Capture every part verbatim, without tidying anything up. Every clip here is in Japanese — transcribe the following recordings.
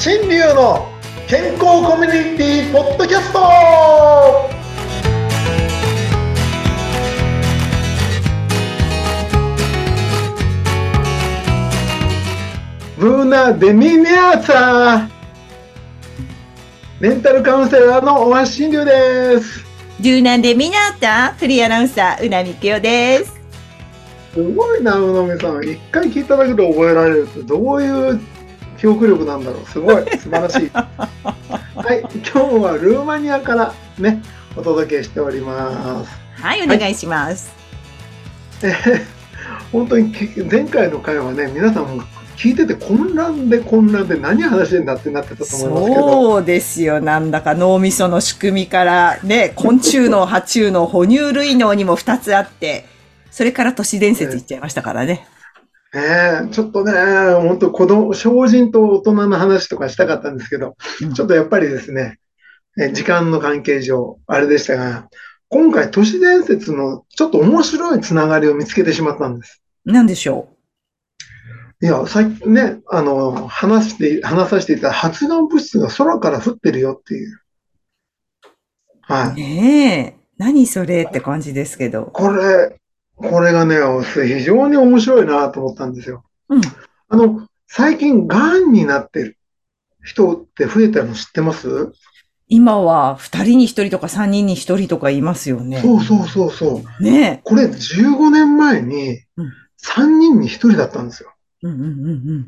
新流の健康コミュニティポッドキャスト。ブーナ・デミネアーサー、メンタルカウンセラーの大橋新流です。 ジューナンデミナータフリーアナウンサーうなみきよです。 すごいな、うなみさん。一回聞いただけで覚えられるってどういう記憶力なんだろう。すごい素晴らしい。はい、今日はルーマニアからねお届けしております。 はい、お願いします。 はい、えー、本当に前回の回はね、皆さんも聞いてて混乱で混乱で何話してんだってなってたと思いますけど。 そうですよ。なんだか脳みその仕組みからね、昆虫脳、爬虫脳、哺乳類脳にもふたつあって、それから都市伝説いっちゃいましたからね。 えー、ちょっとね、本当子供、精進と大人の話とかしたかったんですけど、うん、ちょっとやっぱりですね、時間の関係上、あれでしたが、今回都市伝説のちょっと面白いつながりを見つけてしまったんです。 何でしょう？ いや、さっきね、あの、話して、話させていた発がん物質が空から降ってるよっていう。 はい。ねえ、何それって感じですけど。 これ、これがね、非常に面白いなと思ったんですよ。 うん。 あの、最近、癌になってる人って増えたの知ってます？ 今は二人に一人とか三人に一人とかいますよね。 そうそうそうそう。 ねえ。 これじゅうごねんまえに三人に一人だったんですよ。 うんうんうんうん。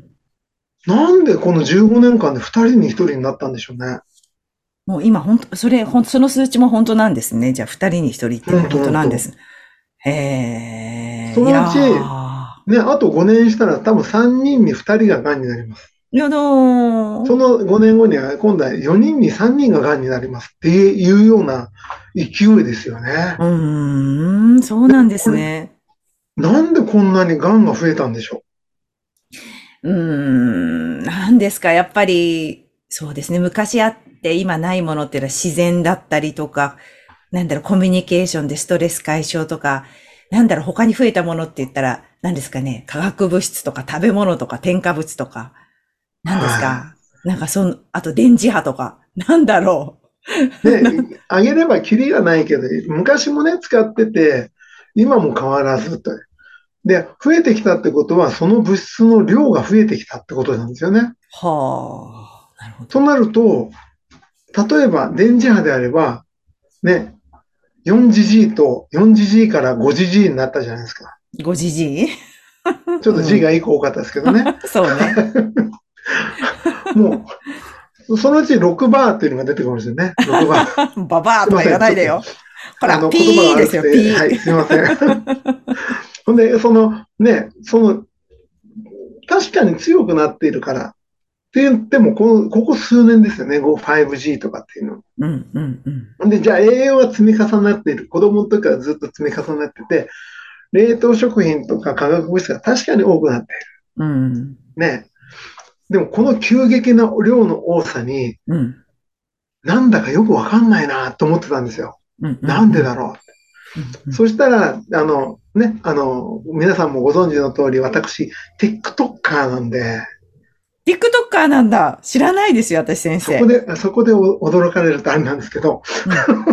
なんでこのじゅうごねんかんで二人に一人になったんでしょうね。 もう今本当、それ、ほんその数値も本当なんですね。じゃあ二人に一人って本当なんです。へー。 そのうち、ね、あとごねんしたら多分さんにんにふたりが癌になります。 やだー。 そのごねんごには今度はよにんにさんにんが癌になりますっていうような勢いですよね。 うーん、そうなんですね。 なんでこんなに癌が増えたんでしょう。うーん、なんですか。やっぱり、そうですね。昔あって今ないものっていうのは自然だったりとか、なんだろう、コミュニケーションでストレス解消とか、なんだろう、他に増えたものって言ったら、何ですかね。化学物質とか食べ物とか添加物とか。何ですか、なんかその、あと電磁波とか、なんだろう。で、あげればキリがないけど、昔もね、使ってて、今も変わらずと。で、増えてきたってことは、その物質の量が増えてきたってことなんですよね。 はあ、なるほど。 となると、例えば電磁波であれば、ね、よんジージー と よんジージー から ごジージー になったじゃないですか。 ごじじちょっと G がいっこ多かったですけどね。 そうね。 もう、そのうちろくバーっていうのが出てくるんですよね。ろくバー。 ババアとか言わないでよ。ほら、 あの、言葉ピーですよ、 が悪くて、 ピー。 はい、すいません。ほんで、その、ね、その、確かに強くなっているからって言っても、この、ここ数年ですよね、ファイブジー とかっていうの。 うん、うん、うん。 ほんで、じゃあ栄養が積み重なっている。子供の時からずっと積み重なってて、冷凍食品とか化学物質が確かに多くなっている。 うん。 ね。でも、この急激な量の多さに、 うん。 なんだかよくわかんないなと思ってたんですよ。 うん、 なんでだろうって。 うん。 そしたら、あの、ね、あの、皆さんもご存知の通り、私、TikToker なんで、 TikToker なんだ。知らないですよ、私先生。 そこで、そこで驚かれるとあれなんですけど、うん、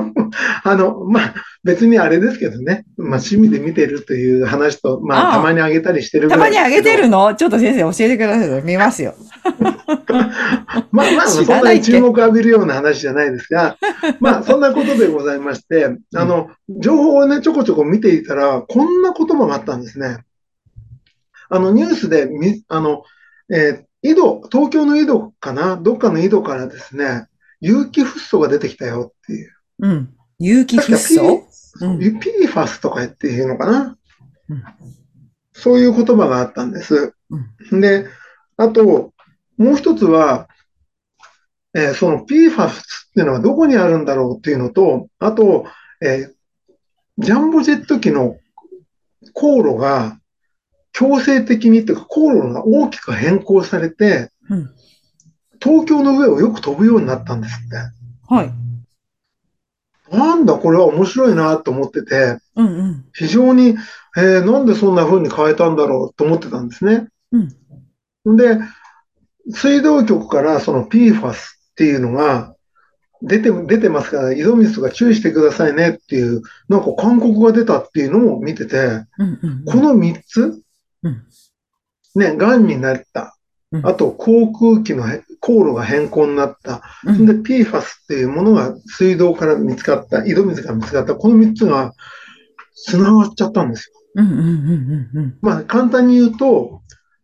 あの、まあ、別にあれですけどね、まあ、趣味で見てるという話と、まあ、たまにあげたりしてるぐらいですけど。 たまにあげてるの？ちょっと先生教えてください。見ますよ。 まあまあ、そんなに注目浴びるような話じゃないですが、まあ、そんなことでございまして、あの、情報をね、ちょこちょこ見ていたら、こんな言葉があったんですね。あの、ニュースで、あの、えー、井戸、東京の井戸かな、どっかの井戸からですね、有機フッ素が出てきたよっていう。 うん。有機フッ素？ うん、ピーファスとか言っていうのかな、うん。そういう言葉があったんです。うん、で、あと、もう一つは、えー、その ピーファス っていうのはどこにあるんだろうっていうのと、あと、えー、ジャンボジェット機の航路が強制的にというか、航路が大きく変更されて、うん、東京の上をよく飛ぶようになったんですって。 はい。 なんだ、これは面白いなと思ってて、 うんうん、 非常に、えー、なんでそんな風に変えたんだろうと思ってたんですね。うん、で、 水道局からその ピーファス っていうのが出て、出てますから、井戸水とか注意してくださいねっていう、なんか勧告が出たっていうのを見てて、 うんうんこのみっつ、 うん。 ね、癌になった。 うん。 あと、航空機のへ航路が変更になった。 うん。 そんで、ピーファス っていうものが水道から見つかった。井戸水が見つかった。このみっつが繋がっちゃったんですよ。 うんうんうんうんうん。 まあ、簡単に言うと、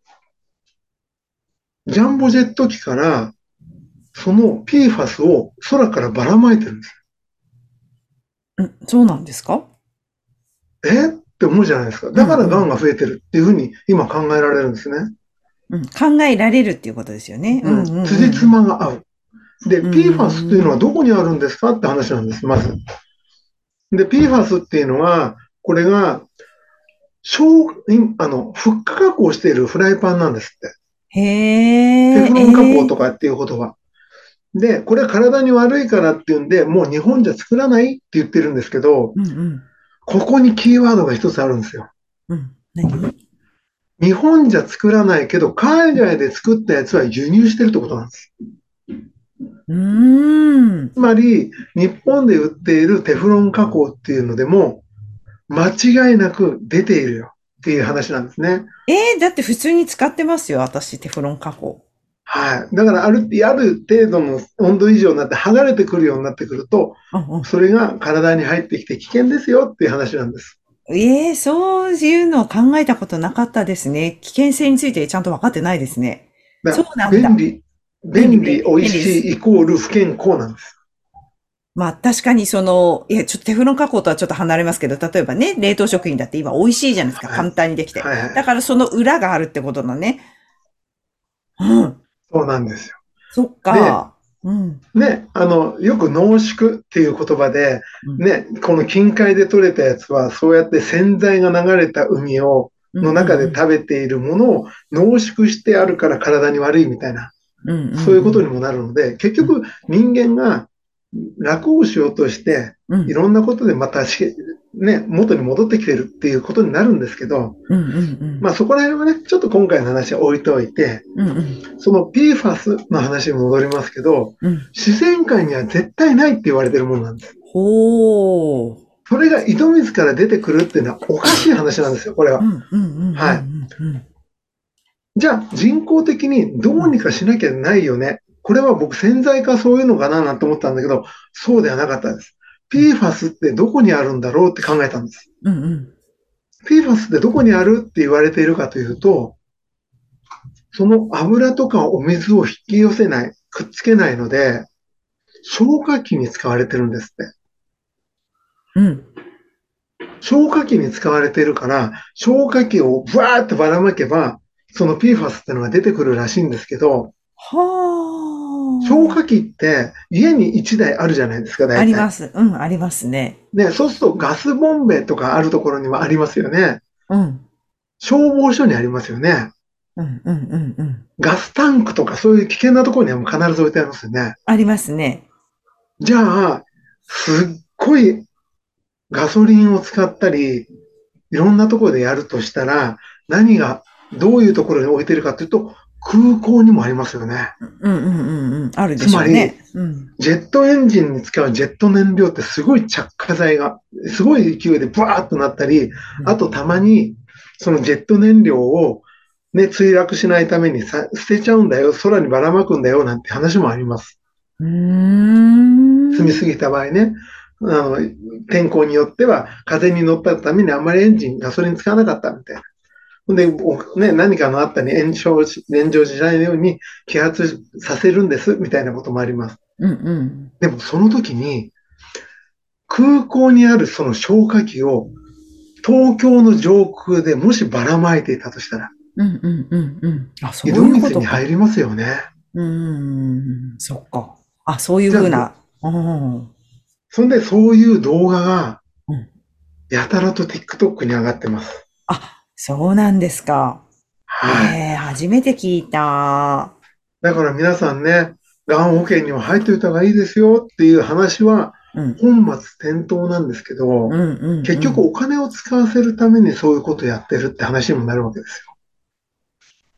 ジャンボジェット機から、その ピーファス を空からばらまいてるんです。 うん、そうなんですか？ えって思うじゃないですか。 うんだからうん。 癌が増えてるっていうふうに今考えられるんですね。 うん、考えられるっていうことですよね。ううん。 んうん辻うん褄が合う。で、 うん。うピーファス っていうのはーん。 どこにあるんですかって話なんです、まず。で、ピーファス っていうのは、これが、小、あの、フッ化加工しているフライパンなんですって。 へテえ、 フロン加工とええ。 かっていうことは。で、これは体に悪いからっていうんで、もう日本じゃ作らないって言ってるんですけど、 うんうん。 ここにキーワードが一つあるんですよ。 うん。何？ 日本じゃ作らないけど、海外で作ったやつは輸入してるってことなんです。 うーん。 つまり、日本で売っているテフロン加工っていうのでも、間違いなく出ているよっていう話なんですね。 ええ、だって普通に使ってますよ、私、テフロン加工。 はい。だからある、ある程度の温度以上になって剥がれてくるようになってくると、 うんうん。 それが体に入ってきて危険ですよっていう話なんです。 ええ、そういうのを考えたことなかったですね。危険性についてちゃんと分かってないですね。そうだからなんだ。 便利、 便利、 便利、美便利、 味便利です。 しいイコール不健康なんです。 まあ確かにその、いや、ちょっとテフロン加工とはちょっと離れますけど、例えばね、冷凍食品だって今美味しいじゃないですか。簡はい。 単にできて。 はいはい。 だからその裏があるってことだね。うん。 そうなんですよ。 そっで、 か。うん。 ね、あの、よく濃縮っていう言葉で、 うん。 ね、この近海で取れたやつは、そうやって洗剤が流れた海を、 うんうんの中でうん。 食べているものを濃縮してあるから体に悪いみたいな、 うんうんそういうことにうん。 もなるので、結うん。 局人間が楽をしようとして、 うん。 いろんなことでまたし、ね、元に戻ってきてるっていうことになるんですけど、 うんうんうん。 まあそこら辺はね、ちょっと今回の話は置いておいて、 うんうん。 その ピーファス の話に戻りますけど、 うん。 自然界には絶対ないって言われてるものなんです。 ほう。 それが井戸水から出てくるっていうのはおかしい話なんですよ、これは。 うんうんうんうんはい。 うんうん。 じゃあ人工的にどうにかしなきゃないよね。これは僕潜在化そういうのかななんて思ったんだけど、そうではなかったです。 うんピーファス ってどこにあるんだろうって考えたんです。 うんうん。 ピーファス ってどこにあるって言われているかというと、その油とかお水を引き寄せない、くっつけないので、消火器に使われてるんですって。 うん。 消火器に使われているから、消火器をブワーってばらまけば、その ピーファス ってのが出てくるらしいんですけど、消はあ。 火器って家にいちだいあるじゃないですか、大体。 あります。うん、ありますね。 ね、そうするとガスボンベとかあるところにもありますよね。 うん。 消防署にありますよね。 うんうんうんうん。 ガスタンクとかそういう危険なところにはもう必ず置いてありますよね。 ありますね。 じゃあ、すっごいガソリンを使ったり、いろんなところでやるとしたら、何が、どういうところに置いてるかというと、空港にもありますよね。 うんうんうんうん。あるでつまり、 しょうね。うん。 ジェットエンジンに使うジェット燃料ってすごい着火剤が、すごい勢いでバーッとなったり、 うん。 あとたまに、そのジェット燃料をね、墜落しないためにさ捨てちゃうんだよ、空にばらまくんだよ、なんて話もあります。 うーん。 積みすぎた場合ね。あの、天候によっては風に乗ったためにあんまりエンジン、ガソリン使わなかったみたいな。で、ね、何かのあったに炎症し、炎上しないように揮発させるんです、みたいなこともあります。 うんうん。 でもその時に、空港にあるその消火器を東京の上空でもしばらまいていたとしたら、 うんうんうんうん。あ、そ井戸ういうことか。 水に入りますよね。 うーん。そっか。あ、そういうじゃあど、 ふうな。うん。 そんでそういう動画がうん。 やたらと TikTok に上がってます。 あ、そうなんですか。 はい。 ええ、初めて聞いた。 だから皆さんね、がん保険には入っておいた方がいいですよっていう話はうん。 本末転倒なんですけど、 うんうん結うん。 局お金を使わせるためにそういうことをやってるって話にもなるわけですよ。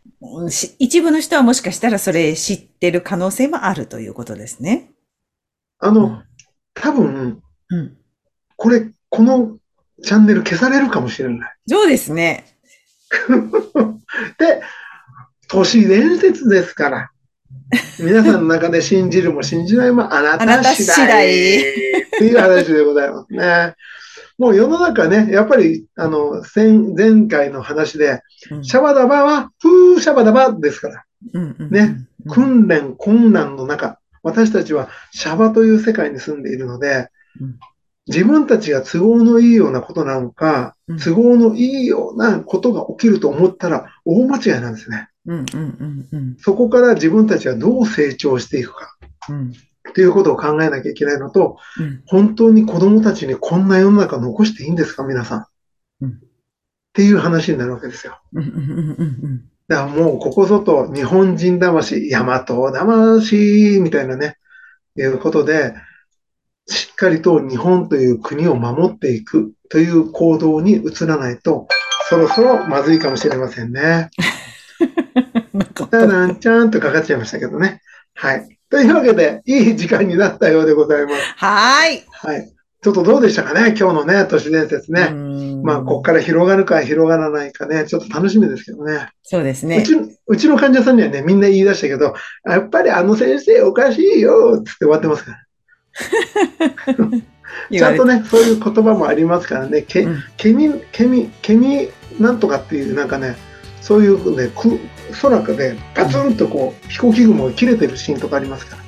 うんし一部の人はもしかしたらそれ知ってる可能性もあるということですね。 あの、 うん。 多分、 うん。 これ、このチャンネル消されるかもしれない。 そうですね。 で、都市伝説ですから。皆さんの中で信じるも信じないもあなあなた次た次第っ第。 ていう話でございますね。もう世の中ね、やっぱり、あの、前前回の話で、 うん。 シャバダバは、フーシャバダバですから。 うん、うん、うね。 ん、うん。 訓練、困難の中、私たちはシャバという世界に住んでいるので、 うん、 自分たちが都合のいいようなことなのか、 うん、 都合のいいようなことが起きると思ったら大間違いなんですね。 うん、うん、うん、 そこから自分たちはどう成長していくかうん、 ということを考えなきゃいけないのと、 うん、 本当に子供たちにこんな世の中残していいんですか、皆さん。っうん、 ていう話になるわけですよ。 うん、うん、 だからもうここぞと日本人魂、大和魂みたいなね、いうことで、しっかりと日本という国を守っていくという行動に移らないと、そろそろまずいかもしれませんね。 なこタと。 ランチャンとかかっちゃいましたけどね。はい。というわけで、いい時間になったようでございます。 はーい。 はい。ちょっとどうでしたかね、今日のね、都市伝説うーね。まあ、ここかん。 ら広がるか広がらないかね、ちょっと楽しみですけどね。 そうですうち、 ね。 うちの患者さんにはね、みんな言い出したけど、やっぱりあの先生おかしいよ、つって終わってますから。 言われて。 ちゃんとね、そういう言葉もありますからね、け、 うん。 けみ、けみ、けみなんとかっていう、なんかね、そういうね、く空でパツうん。 ンとこう、飛行機雲が切れてるシーンとかありますから。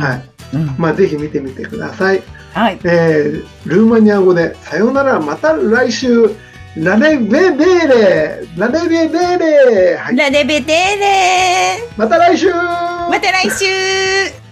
はい。 うん。うん。 まあ、ぜひ見てみてください。 はい。 えー、ルーマニア語で、さよなら、また来週、ラレベベーレラレベベーレはい。 ラレベテーレまた来週ーまた来週